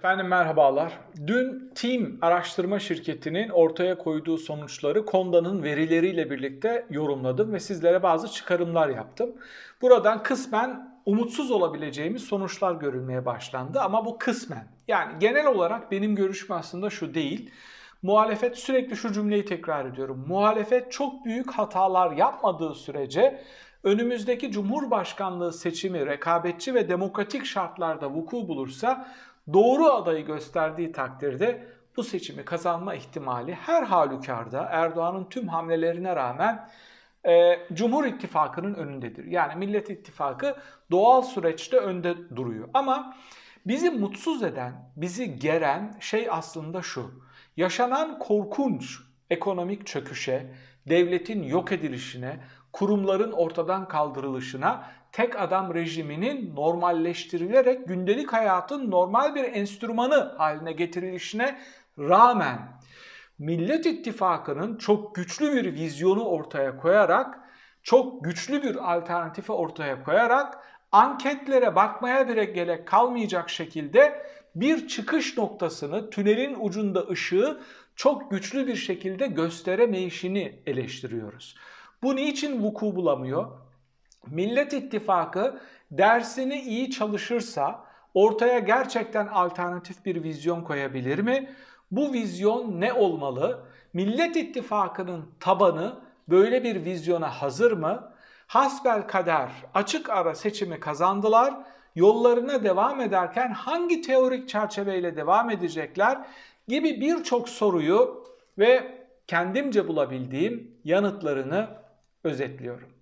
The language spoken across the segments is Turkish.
Efendim merhabalar. Dün Team araştırma şirketinin ortaya koyduğu sonuçları Konda'nın verileriyle birlikte yorumladım ve sizlere bazı çıkarımlar yaptım. Buradan kısmen umutsuz olabileceğimiz sonuçlar görülmeye başlandı ama bu kısmen. Yani genel olarak benim görüşüm aslında şu değil. Muhalefet, sürekli şu cümleyi tekrar ediyorum. Muhalefet çok büyük hatalar yapmadığı sürece önümüzdeki Cumhurbaşkanlığı seçimi rekabetçi ve demokratik şartlarda vuku bulursa doğru adayı gösterdiği takdirde bu seçimi kazanma ihtimali her halükarda Erdoğan'ın tüm hamlelerine rağmen Cumhur İttifakı'nın önündedir. Yani Millet İttifakı doğal süreçte önde duruyor. Ama bizi mutsuz eden, bizi geren şey aslında şu. Yaşanan korkunç ekonomik çöküşe, devletin yok edilişine, kurumların ortadan kaldırılışına, tek adam rejiminin normalleştirilerek gündelik hayatın normal bir enstrümanı haline getirilişine rağmen Millet İttifakı'nın çok güçlü bir vizyonu ortaya koyarak, çok güçlü bir alternatifi ortaya koyarak anketlere bakmaya bile gerek kalmayacak şekilde bir çıkış noktasını, tünelin ucunda ışığı çok güçlü bir şekilde gösteremeyişini eleştiriyoruz. Bu niçin vuku bulamıyor? Millet İttifakı dersini iyi çalışırsa ortaya gerçekten alternatif bir vizyon koyabilir mi? Bu vizyon ne olmalı? Millet İttifakı'nın tabanı böyle bir vizyona hazır mı? Hasbelkader açık ara seçimi kazandılar. Yollarına devam ederken hangi teorik çerçeveyle devam edecekler gibi birçok soruyu ve kendimce bulabildiğim yanıtlarını özetliyorum.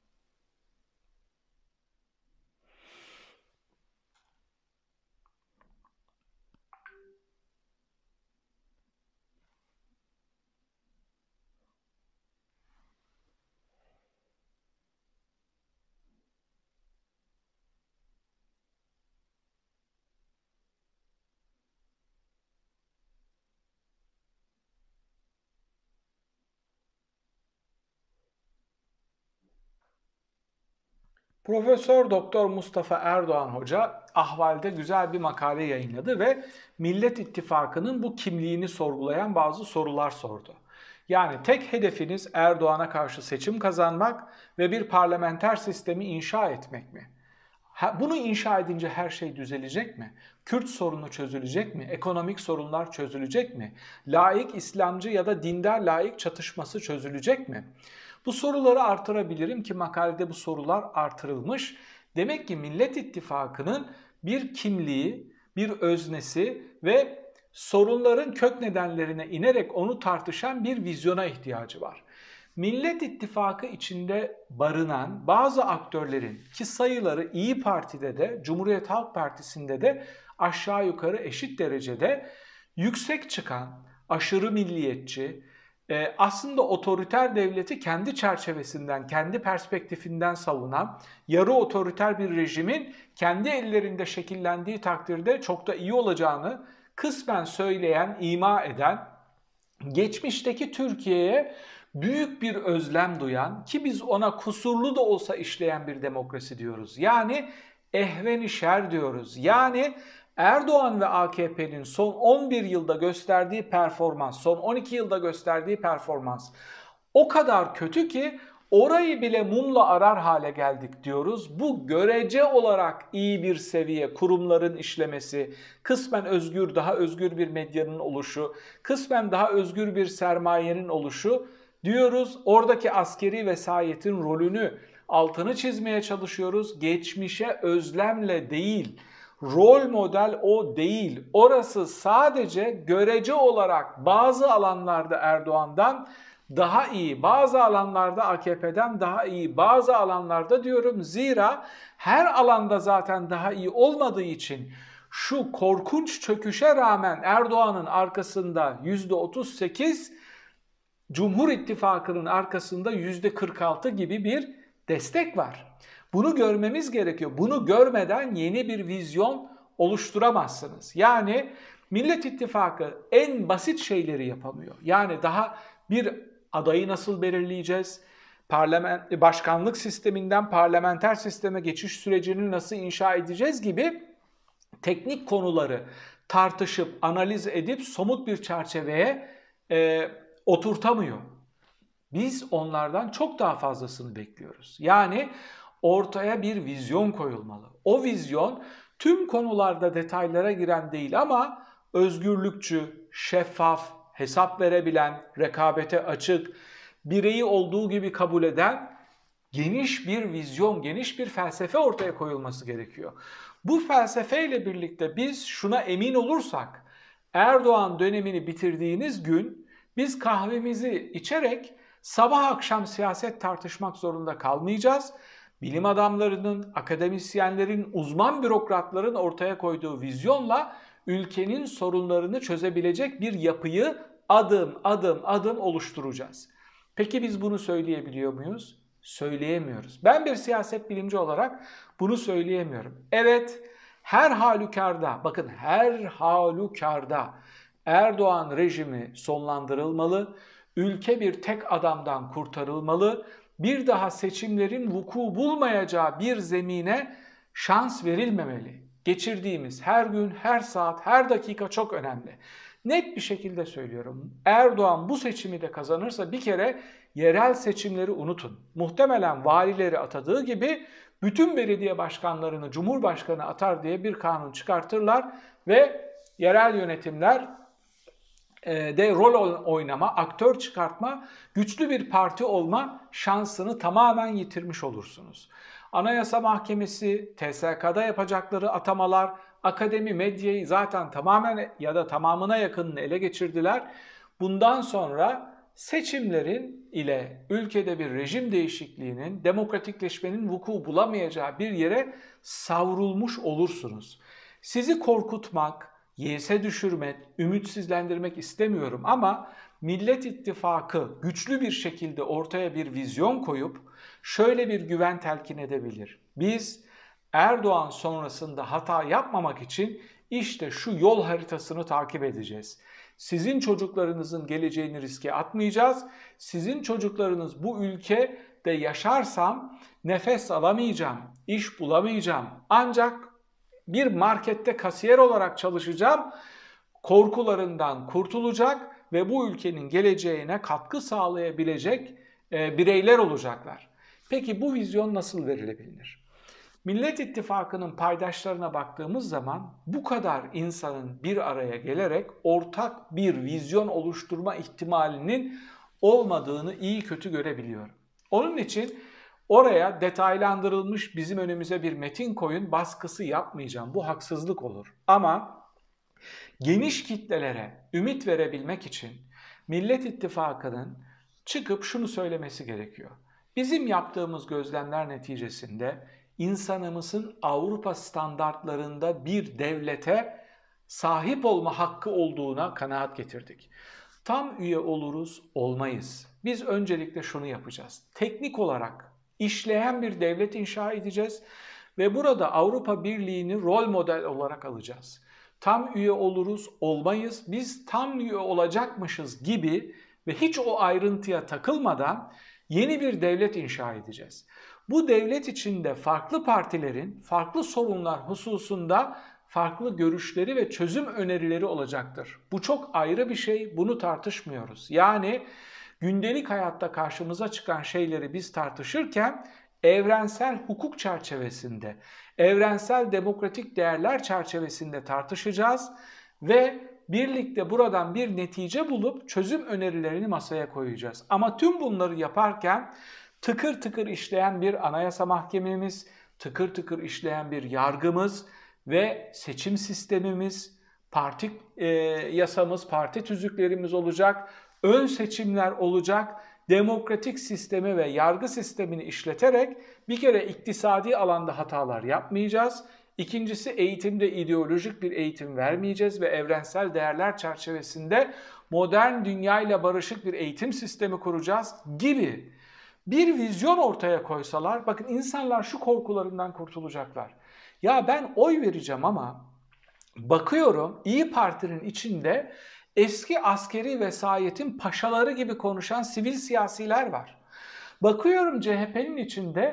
Profesör Doktor Mustafa Erdoğan Hoca Ahval'de güzel bir makale yayınladı ve Millet İttifakı'nın bu kimliğini sorgulayan bazı sorular sordu. Yani tek hedefiniz Erdoğan'a karşı seçim kazanmak ve bir parlamenter sistemi inşa etmek mi? Bunu inşa edince her şey düzelecek mi? Kürt sorunu çözülecek mi? Ekonomik sorunlar çözülecek mi? Laik İslamcı ya da dindar laik çatışması çözülecek mi? Bu soruları artırabilirim ki makalede bu sorular artırılmış. Demek ki Millet İttifakı'nın bir kimliği, bir öznesi ve sorunların kök nedenlerine inerek onu tartışan bir vizyona ihtiyacı var. Millet İttifakı içinde barınan bazı aktörlerin ki sayıları İyi Parti'de de Cumhuriyet Halk Partisi'nde de aşağı yukarı eşit derecede yüksek çıkan, aşırı milliyetçi, aslında otoriter devleti kendi çerçevesinden, kendi perspektifinden savunan, yarı otoriter bir rejimin kendi ellerinde şekillendiği takdirde çok da iyi olacağını kısmen söyleyen, ima eden, geçmişteki Türkiye'ye büyük bir özlem duyan ki biz ona kusurlu da olsa işleyen bir demokrasi diyoruz. Yani ehven-i şer diyoruz. Yani Erdoğan ve AKP'nin son 11 yılda gösterdiği performans, son 12 yılda gösterdiği performans o kadar kötü ki orayı bile mumla arar hale geldik diyoruz. Bu görece olarak iyi bir seviye, kurumların işlemesi, kısmen özgür, daha özgür bir medyanın oluşu, kısmen daha özgür bir sermayenin oluşu diyoruz. Oradaki askeri vesayetin rolünü altını çizmeye çalışıyoruz. Geçmişe özlemle değil, rol model o değil. Orası sadece görece olarak bazı alanlarda Erdoğan'dan daha iyi, bazı alanlarda AKP'den daha iyi, bazı alanlarda diyorum zira her alanda zaten daha iyi olmadığı için şu korkunç çöküşe rağmen Erdoğan'ın arkasında %38, Cumhur İttifakı'nın arkasında %46 gibi bir destek var. Bunu görmemiz gerekiyor. Bunu görmeden yeni bir vizyon oluşturamazsınız. Yani Millet İttifakı en basit şeyleri yapamıyor. Yani daha bir adayı nasıl belirleyeceğiz? Başkanlık sisteminden parlamenter sisteme geçiş sürecini nasıl inşa edeceğiz gibi teknik konuları tartışıp, analiz edip somut bir çerçeveye oturtamıyor. Biz onlardan çok daha fazlasını bekliyoruz. Yani ortaya bir vizyon koyulmalı. O vizyon tüm konularda detaylara giren değil ama özgürlükçü, şeffaf, hesap verebilen, rekabete açık, bireyi olduğu gibi kabul eden geniş bir vizyon, geniş bir felsefe ortaya koyulması gerekiyor. Bu felsefeyle birlikte biz şuna emin olursak, Erdoğan dönemini bitirdiğiniz gün biz kahvemizi içerek sabah akşam siyaset tartışmak zorunda kalmayacağız. Bilim adamlarının, akademisyenlerin, uzman bürokratların ortaya koyduğu vizyonla ülkenin sorunlarını çözebilecek bir yapıyı adım adım oluşturacağız. Peki biz bunu söyleyebiliyor muyuz? Söyleyemiyoruz. Ben bir siyaset bilimci olarak bunu söyleyemiyorum. Evet, her halükarda, bakın her halükarda Erdoğan rejimi sonlandırılmalı, ülke bir tek adamdan kurtarılmalı, bir daha seçimlerin vuku bulmayacağı bir zemine şans verilmemeli. Geçirdiğimiz her gün, her saat, her dakika çok önemli. Net bir şekilde söylüyorum. Erdoğan bu seçimi de kazanırsa bir kere yerel seçimleri unutun. Muhtemelen valileri atadığı gibi bütün belediye başkanlarını Cumhurbaşkanı atar diye bir kanun çıkartırlar ve yerel yönetimler de rol oynama, aktör çıkartma, güçlü bir parti olma şansını tamamen yitirmiş olursunuz. Anayasa Mahkemesi, TSK'da yapacakları atamalar, akademi, medyayı zaten tamamen ya da tamamına yakınını ele geçirdiler. Bundan sonra seçimlerin ile ülkede bir rejim değişikliğinin, demokratikleşmenin vuku bulamayacağı bir yere savrulmuş olursunuz. Sizi korkutmak, yese düşürmek, ümitsizlendirmek istemiyorum ama Millet İttifakı güçlü bir şekilde ortaya bir vizyon koyup şöyle bir güven telkin edebilir. Biz Erdoğan sonrasında hata yapmamak için işte şu yol haritasını takip edeceğiz. Sizin çocuklarınızın geleceğini riske atmayacağız. Sizin çocuklarınız bu ülkede yaşarsam nefes alamayacağım, iş bulamayacağım. Ancak bir markette kasiyer olarak çalışacağım, korkularından kurtulacak ve bu ülkenin geleceğine katkı sağlayabilecek bireyler olacaklar. Peki bu vizyon nasıl verilebilir? Millet İttifakı'nın paydaşlarına baktığımız zaman bu kadar insanın bir araya gelerek ortak bir vizyon oluşturma ihtimalinin olmadığını iyi kötü görebiliyorum. Onun için oraya detaylandırılmış bizim önümüze bir metin koyun baskısı yapmayacağım. Bu haksızlık olur. Ama geniş kitlelere ümit verebilmek için Millet İttifakı'nın çıkıp şunu söylemesi gerekiyor. Bizim yaptığımız gözlemler neticesinde insanımızın Avrupa standartlarında bir devlete sahip olma hakkı olduğuna kanaat getirdik. Tam üye oluruz, olmayız. Biz öncelikle şunu yapacağız. Teknik olarak işleyen bir devlet inşa edeceğiz ve burada Avrupa Birliği'ni rol model olarak alacağız. Tam üye oluruz, olmayız, biz tam üye olacakmışız gibi ve hiç o ayrıntıya takılmadan yeni bir devlet inşa edeceğiz. Bu devlet içinde farklı partilerin farklı sorunlar hususunda farklı görüşleri ve çözüm önerileri olacaktır. Bu çok ayrı bir şey, bunu tartışmıyoruz. Yani gündelik hayatta karşımıza çıkan şeyleri biz tartışırken evrensel hukuk çerçevesinde, evrensel demokratik değerler çerçevesinde tartışacağız ve birlikte buradan bir netice bulup çözüm önerilerini masaya koyacağız. Ama tüm bunları yaparken tıkır tıkır işleyen bir anayasa mahkememiz, tıkır tıkır işleyen bir yargımız ve seçim sistemimiz, parti yasamız, parti tüzüklerimiz olacak, ön seçimler olacak, demokratik sistemi ve yargı sistemini işleterek bir kere iktisadi alanda hatalar yapmayacağız. İkincisi eğitimde ideolojik bir eğitim vermeyeceğiz ve evrensel değerler çerçevesinde modern dünyayla barışık bir eğitim sistemi kuracağız gibi bir vizyon ortaya koysalar, bakın insanlar şu korkularından kurtulacaklar. Ya ben oy vereceğim ama bakıyorum İyi Parti'nin içinde eski askeri vesayetin paşaları gibi konuşan sivil siyasiler var. Bakıyorum CHP'nin içinde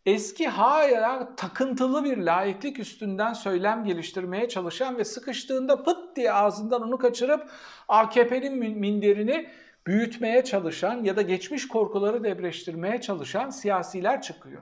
eski hala takıntılı bir laiklik üstünden söylem geliştirmeye çalışan ve sıkıştığında pıt diye ağzından onu kaçırıp AKP'nin minderini büyütmeye çalışan ya da geçmiş korkuları debreştirmeye çalışan siyasiler çıkıyor.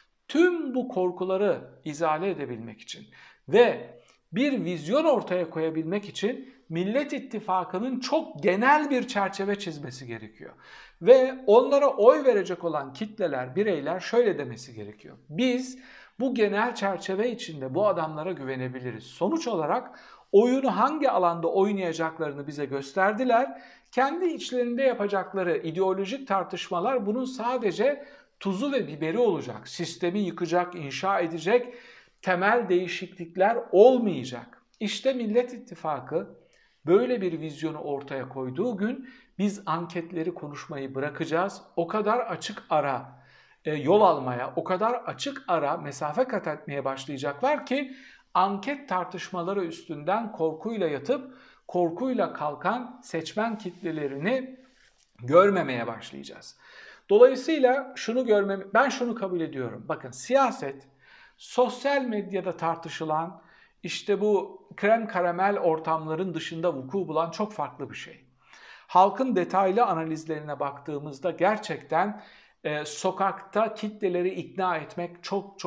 Tüm bu korkuları izale edebilmek için ve bir vizyon ortaya koyabilmek için Millet İttifakı'nın çok genel bir çerçeve çizmesi gerekiyor. Ve onlara oy verecek olan kitleler, bireyler şöyle demesi gerekiyor. Biz bu genel çerçeve içinde bu adamlara güvenebiliriz. Sonuç olarak oyunu hangi alanda oynayacaklarını bize gösterdiler. Kendi içlerinde yapacakları ideolojik tartışmalar bunun sadece tuzu ve biberi olacak. Sistemi yıkacak, inşa edecek temel değişiklikler olmayacak. İşte Millet İttifakı böyle bir vizyonu ortaya koyduğu gün biz anketleri konuşmayı bırakacağız. O kadar açık ara yol almaya, o kadar açık ara mesafe kat etmeye başlayacaklar ki anket tartışmaları üstünden korkuyla yatıp korkuyla kalkan seçmen kitlelerini görmemeye başlayacağız. Dolayısıyla ben şunu kabul ediyorum. Bakın siyaset sosyal medyada tartışılan işte bu krem karamel ortamların dışında vuku bulan çok farklı bir şey. Halkın detaylı analizlerine baktığımızda gerçekten sokakta kitleleri ikna etmek çok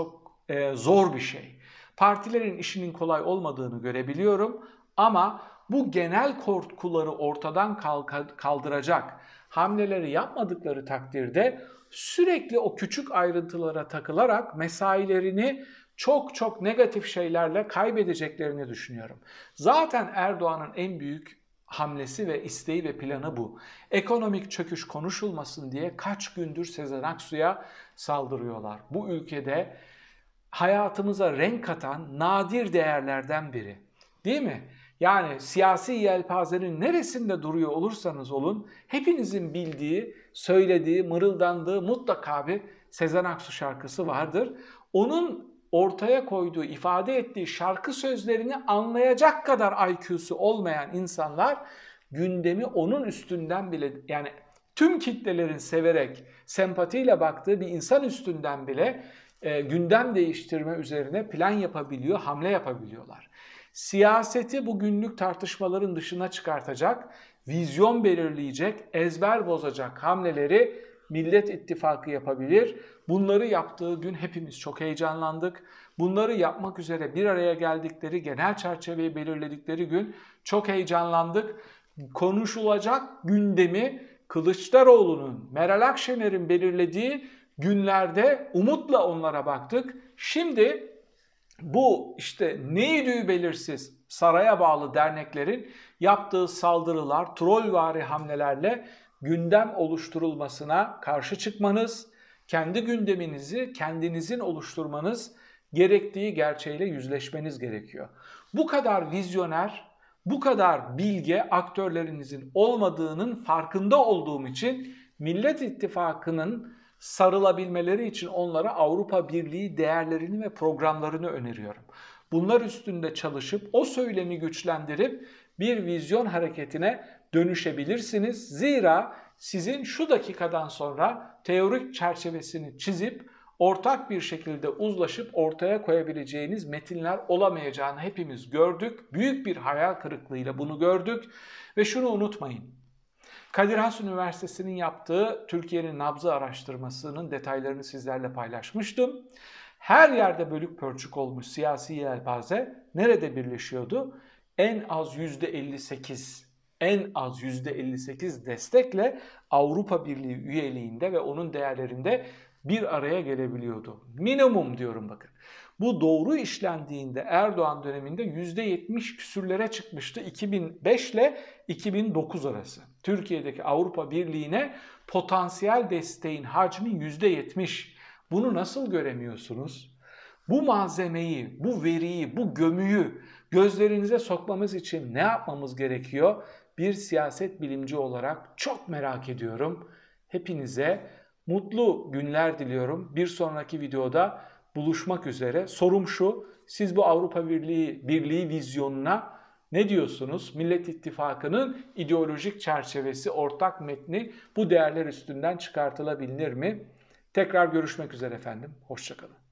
zor bir şey. Partilerin işinin kolay olmadığını görebiliyorum ama bu genel korkuları ortadan kaldıracak hamleleri yapmadıkları takdirde sürekli o küçük ayrıntılara takılarak mesailerini çok negatif şeylerle kaybedeceklerini düşünüyorum. Zaten Erdoğan'ın en büyük hamlesi ve isteği ve planı bu. Ekonomik çöküş konuşulmasın diye kaç gündür Sezen Aksu'ya saldırıyorlar. Bu ülkede hayatımıza renk katan nadir değerlerden biri. Değil mi? Yani siyasi yelpazenin neresinde duruyor olursanız olun hepinizin bildiği, söylediği, mırıldandığı mutlaka bir Sezen Aksu şarkısı vardır. Onun ortaya koyduğu, ifade ettiği şarkı sözlerini anlayacak kadar IQ'su olmayan insanlar gündemi onun üstünden bile yani tüm kitlelerin severek, sempatiyle baktığı bir insan üstünden bile gündem değiştirme üzerine plan yapabiliyor, hamle yapabiliyorlar. Siyaseti bu günlük tartışmaların dışına çıkartacak, vizyon belirleyecek, ezber bozacak hamleleri Millet İttifakı yapabilir. Bunları yaptığı gün hepimiz çok heyecanlandık. Bunları yapmak üzere bir araya geldikleri, genel çerçeveyi belirledikleri gün çok heyecanlandık. Konuşulacak gündemi Kılıçdaroğlu'nun, Meral Akşener'in belirlediği günlerde umutla onlara baktık. Şimdi bu işte neydi belirsiz saraya bağlı derneklerin yaptığı saldırılar, trolvari hamlelerle gündem oluşturulmasına karşı çıkmanız, kendi gündeminizi kendinizin oluşturmanız gerektiği gerçeğiyle yüzleşmeniz gerekiyor. Bu kadar vizyoner, bu kadar bilge aktörlerinizin olmadığının farkında olduğum için Millet İttifakı'nın sarılabilmeleri için onlara Avrupa Birliği değerlerini ve programlarını öneriyorum. Bunlar üstünde çalışıp o söylemi güçlendirip bir vizyon hareketine dönüşebilirsiniz. Zira sizin şu dakikadan sonra teorik çerçevesini çizip ortak bir şekilde uzlaşıp ortaya koyabileceğiniz metinler olamayacağını hepimiz gördük. Büyük bir hayal kırıklığıyla bunu gördük ve şunu unutmayın. Kadir Has Üniversitesi'nin yaptığı Türkiye'nin nabzı araştırmasının detaylarını sizlerle paylaşmıştım. Her yerde bölük pörçük olmuş siyasi yelpaze nerede birleşiyordu? En az %58 destekle Avrupa Birliği üyeliğinde ve onun değerlerinde bir araya gelebiliyordu. Minimum diyorum bakın. Bu doğru işlendiğinde Erdoğan döneminde %70 küsürlere çıkmıştı 2005 ile 2009 arası. Türkiye'deki Avrupa Birliği'ne potansiyel desteğin hacmi %70. Bunu nasıl göremiyorsunuz? Bu malzemeyi, bu veriyi, bu gömüyü gözlerinize sokmamız için ne yapmamız gerekiyor? Bir siyaset bilimci olarak çok merak ediyorum. Hepinize mutlu günler diliyorum. Bir sonraki videoda buluşmak üzere. Sorum şu, siz bu Avrupa Birliği vizyonuna ne diyorsunuz? Millet İttifakı'nın ideolojik çerçevesi, ortak metni bu değerler üstünden çıkartılabilir mi? Tekrar görüşmek üzere efendim. Hoşça kalın.